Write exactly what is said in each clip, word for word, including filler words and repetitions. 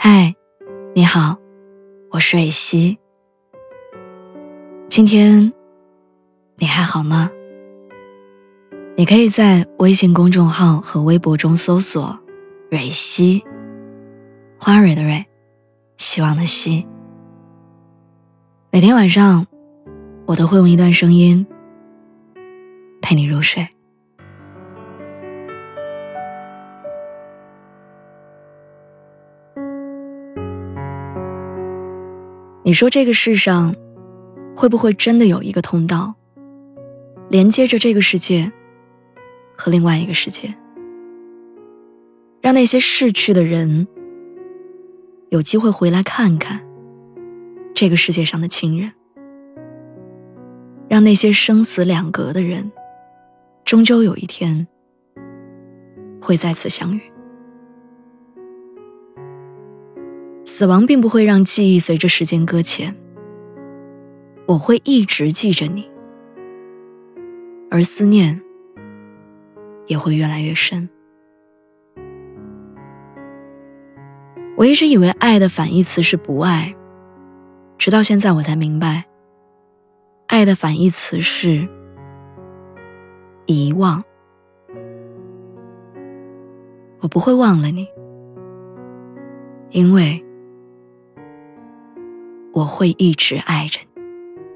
嗨，你好，我是蕊希。今天你还好吗？你可以在微信公众号和微博中搜索蕊希，花蕊的蕊，希望的希。每天晚上我都会用一段声音陪你入睡。你说这个世上会不会真的有一个通道，连接着这个世界和另外一个世界，让那些逝去的人有机会回来看看这个世界上的亲人，让那些生死两隔的人终究有一天会再次相遇。死亡并不会让记忆随着时间搁浅，我会一直记着你，而思念也会越来越深。我一直以为爱的反义词是不爱，直到现在我才明白，爱的反义词是遗忘。我不会忘了你，因为我会一直爱着你。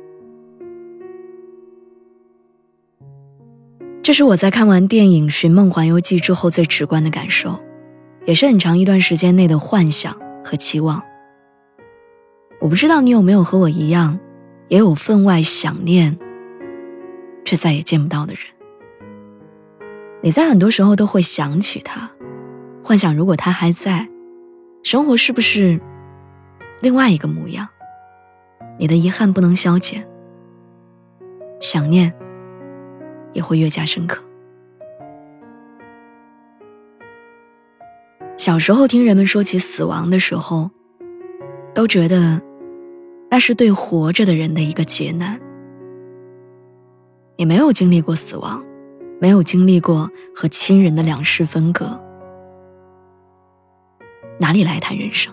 这是我在看完电影《寻梦环游记》之后最直观的感受，也是很长一段时间内的幻想和期望。我不知道你有没有和我一样，也有分外想念却再也见不到的人。你在很多时候都会想起他，幻想如果他还在，生活是不是另外一个模样。你的遗憾不能消减，想念也会越加深刻。小时候听人们说起死亡的时候，都觉得那是对活着的人的一个劫难。你没有经历过死亡，没有经历过和亲人的两世分隔，哪里来谈人生？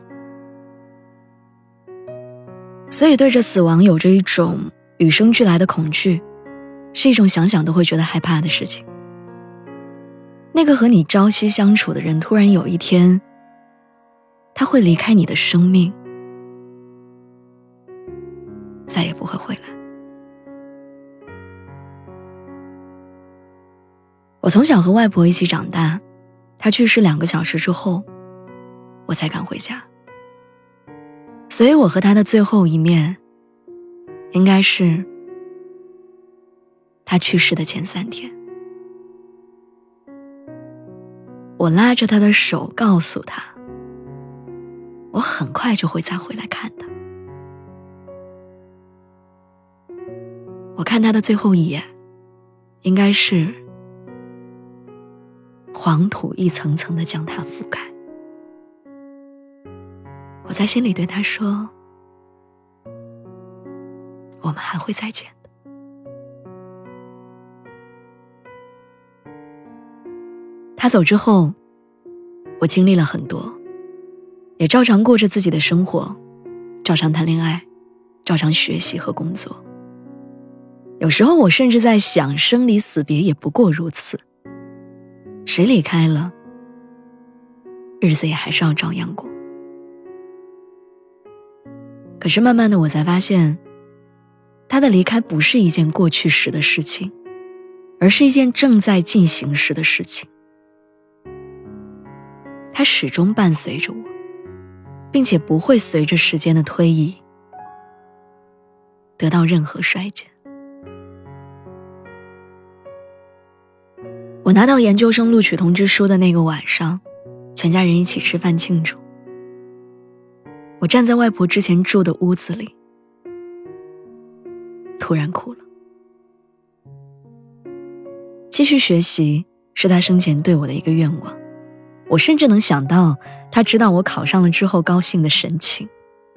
所以对着死亡有着一种与生俱来的恐惧，是一种想想都会觉得害怕的事情。那个和你朝夕相处的人，突然有一天他会离开你的生命，再也不会回来。我从小和外婆一起长大，她去世两个小时之后我才敢回家，所以我和她的最后一面应该是她去世的前三天。我拉着她的手告诉她，我很快就会再回来看她。我看她的最后一眼，应该是黄土一层层地将她覆盖。我在心里对她说，我们还会再见的。他走之后，我经历了很多，也照常过着自己的生活，照常谈恋爱，照常学习和工作。有时候我甚至在想，生离死别也不过如此，谁离开了，日子也还是要照样过。可是慢慢的我才发现，他的离开不是一件过去时的事情，而是一件正在进行时的事情。它始终伴随着我，并且不会随着时间的推移得到任何衰减。我拿到研究生录取通知书的那个晚上，全家人一起吃饭庆祝。我站在外婆之前住的屋子里，突然哭了。继续学习是她生前对我的一个愿望，我甚至能想到她知道我考上了之后高兴的神情。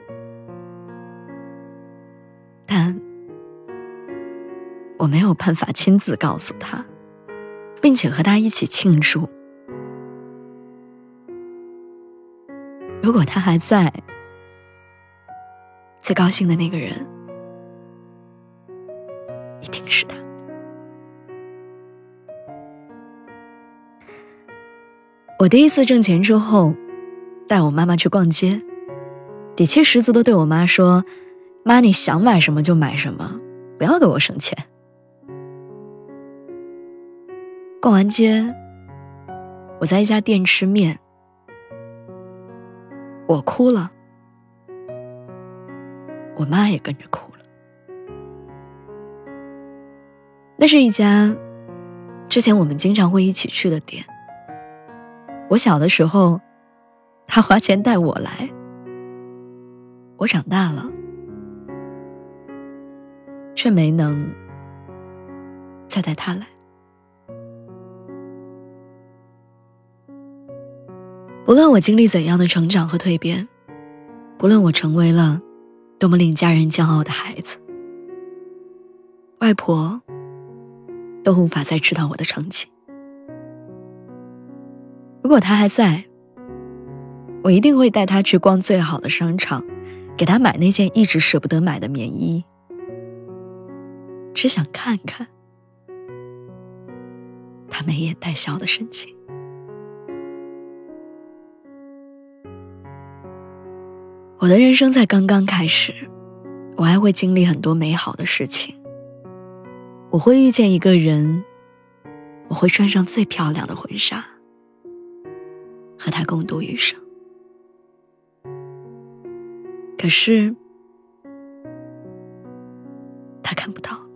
但我没有办法亲自告诉她，并且和她一起庆祝。 如果他还在，最高兴的那个人一定是他。我第一次挣钱之后，带我妈妈去逛街，底气十足地对我妈说，妈，你想买什么就买什么，不要给我省钱。逛完街，我在一家店吃面，我哭了，我妈也跟着哭了。那是一家之前我们经常会一起去的店，我小的时候她花钱带我来，我长大了却没能再带她来。不论我经历怎样的成长和蜕变，不论我成为了多么令家人骄傲的孩子，外婆都无法再知道我的成绩。如果她还在，我一定会带她去逛最好的商场，给她买那件一直舍不得买的棉衣，只想看看她眉眼带笑的神情。我的人生才刚刚开始，我还会经历很多美好的事情。我会遇见一个人，我会穿上最漂亮的婚纱，和他共度余生。可是他看不到。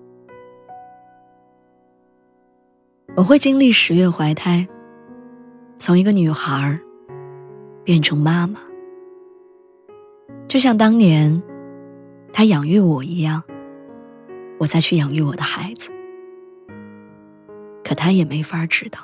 我会经历十月怀胎，从一个女孩变成妈妈，就像当年他养育我一样，我再去养育我的孩子。可他也没法知道。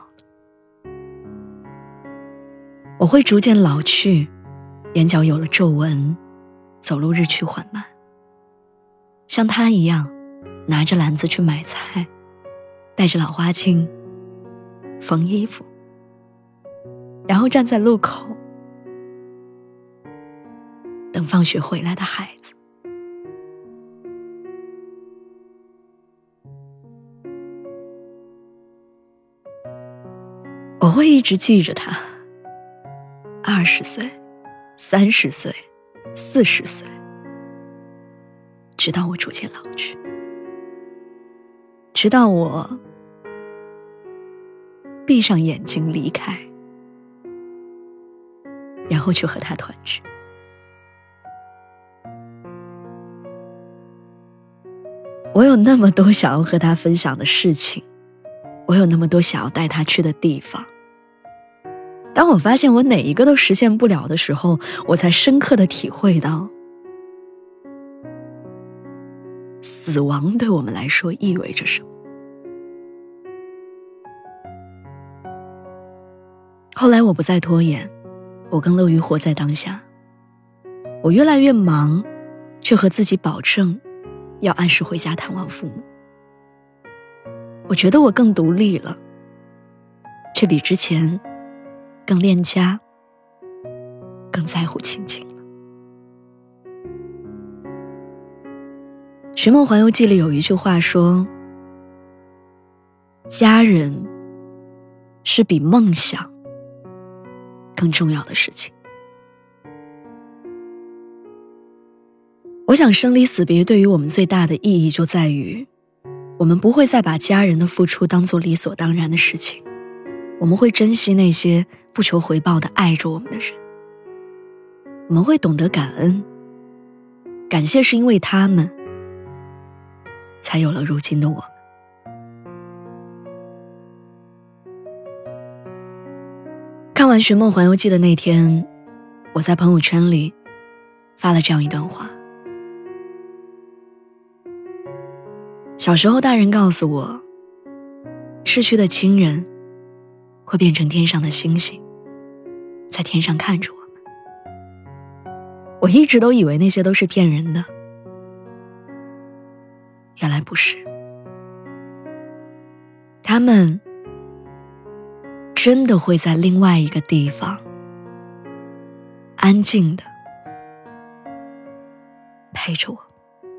我会逐渐老去，眼角有了皱纹，走路日趋缓慢，像他一样拿着篮子去买菜，带着老花镜缝衣服，然后站在路口等放学回来的孩子。我会一直记着他，二十岁、三十岁、四十岁，直到我逐渐老去，直到我闭上眼睛离开，然后去和他团聚。我有那么多想要和他分享的事情，我有那么多想要带他去的地方。当我发现我哪一个都实现不了的时候，我才深刻地体会到，死亡对我们来说意味着什么。后来我不再拖延，我更乐于活在当下。我越来越忙，却和自己保证要按时回家探望父母。我觉得我更独立了，却比之前更恋家，更在乎亲情了。《寻梦环游记》里有一句话说，家人是比梦想更重要的事情。我想生离死别对于我们最大的意义就在于，我们不会再把家人的付出当作理所当然的事情，我们会珍惜那些不求回报的爱着我们的人。我们会懂得感恩，感谢是因为他们才有了如今的我们。看完《寻梦环游记》的那天，我在朋友圈里发了这样一段话。小时候大人告诉我，逝去的亲人会变成天上的星星，在天上看着我们。我一直都以为那些都是骗人的，原来不是。他们真的会在另外一个地方安静的陪着我。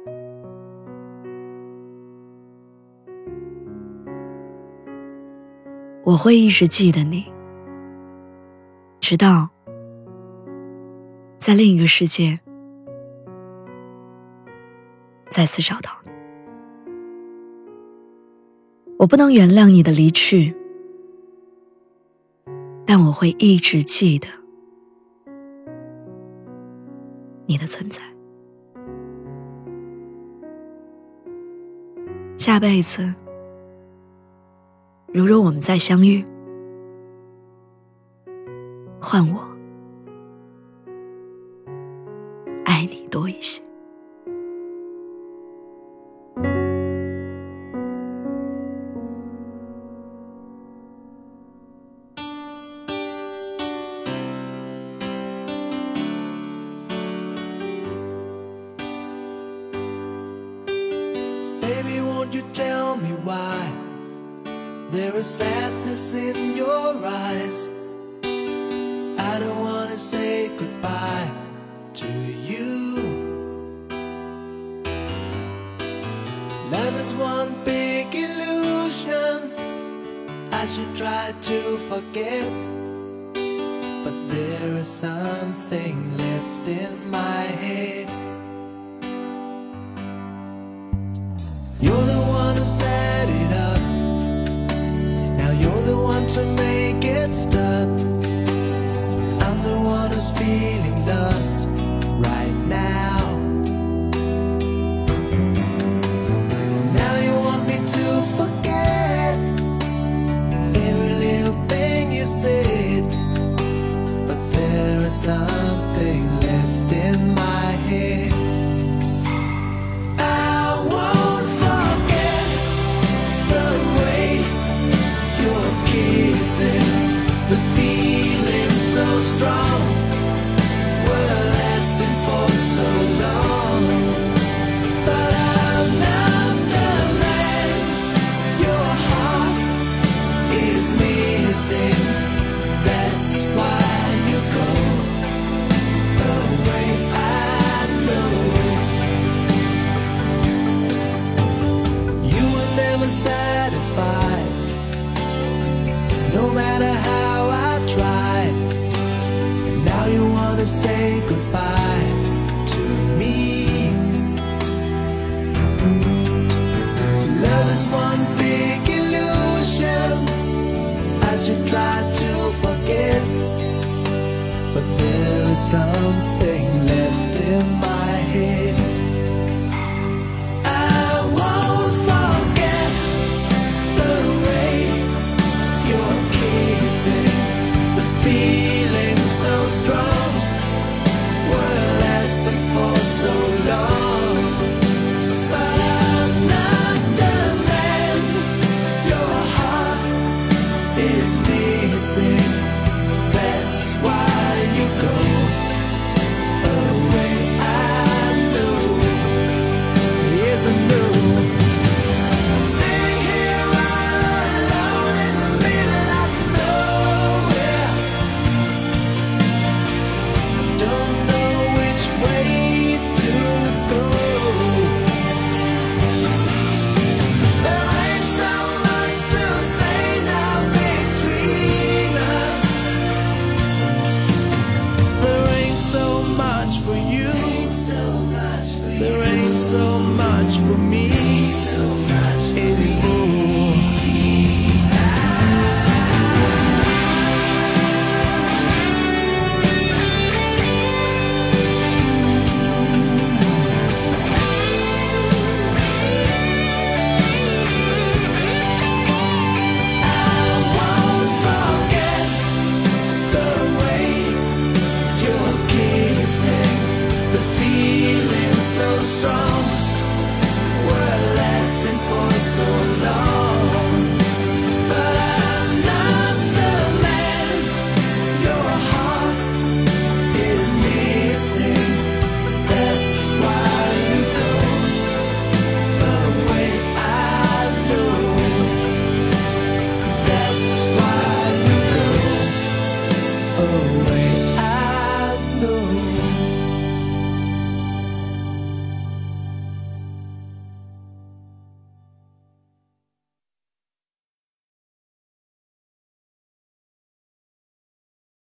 我会一直记得你，直到在另一个世界再次找到你。我不能原谅你的离去，但我会一直记得你的存在。下辈子如若我们再相遇，换我爱你多一些。 Baby, won't you tell me why there is sadness in your eyes? I don't wanna say goodbye to you. Love is one big illusion I should try to forget, but there is something left in my head. You're the one who set it up, now you're the one to make it stop. I'm the one who's feeling lost right now. Now you want me to forget every little thing you said, but there is something left in my head. The feeling so strong, we're lasting for so long. But I'm not the man your heart is missing. That's why you go away, I know. You were never satisfied, no matter how I tried. Now you wanna say goodbye to me. Love is one big illusion I should try to forget, but there is something left in my head. I won't forget the way you're kissing, the feeling